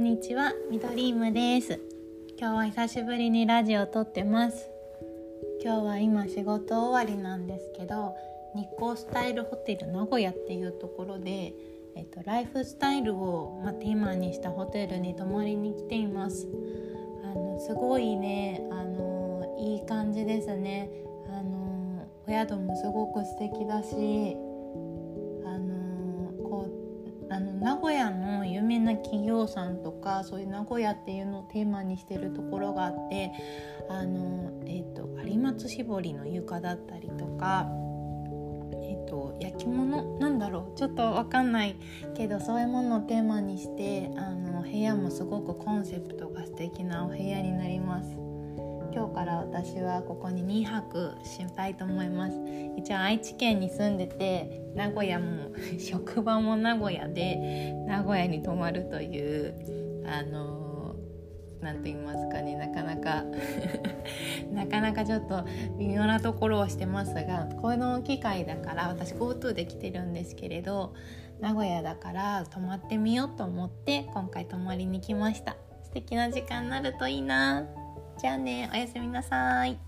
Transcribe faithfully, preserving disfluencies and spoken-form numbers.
にちは、ミドリームです。今日は久しぶりにラジオを撮ってます。今日は今仕事終わりなんですけど、日光スタイルホテル名古屋っていうところで、えっと、ライフスタイルを、まあ、テーマにしたホテルに泊まりに来ています。あのすごいね、あのいい感じですね。あのお宿もすごく素敵だし、あの名古屋の有名な企業さんとか、そういう名古屋っていうのをテーマにしてるところがあって、あの、えーと、有松絞りの床だったりとか、えーと、焼き物なんだろうちょっとわかんないけど、そういうものをテーマにして、あの部屋もすごくコンセプトが素敵なお部屋になります。今日から私はここににはくしたいと思います。一応愛知県に住んでて、名古屋も職場も名古屋で、名古屋に泊まるというあのなんと言いますかね、なかなかなかなかちょっと微妙なところをしてますが、この機会だから、私 GoTo で来てるんですけれど、名古屋だから泊まってみようと思って今回泊まりに来ました。素敵な時間になるといいな。じゃあね、おやすみなさい。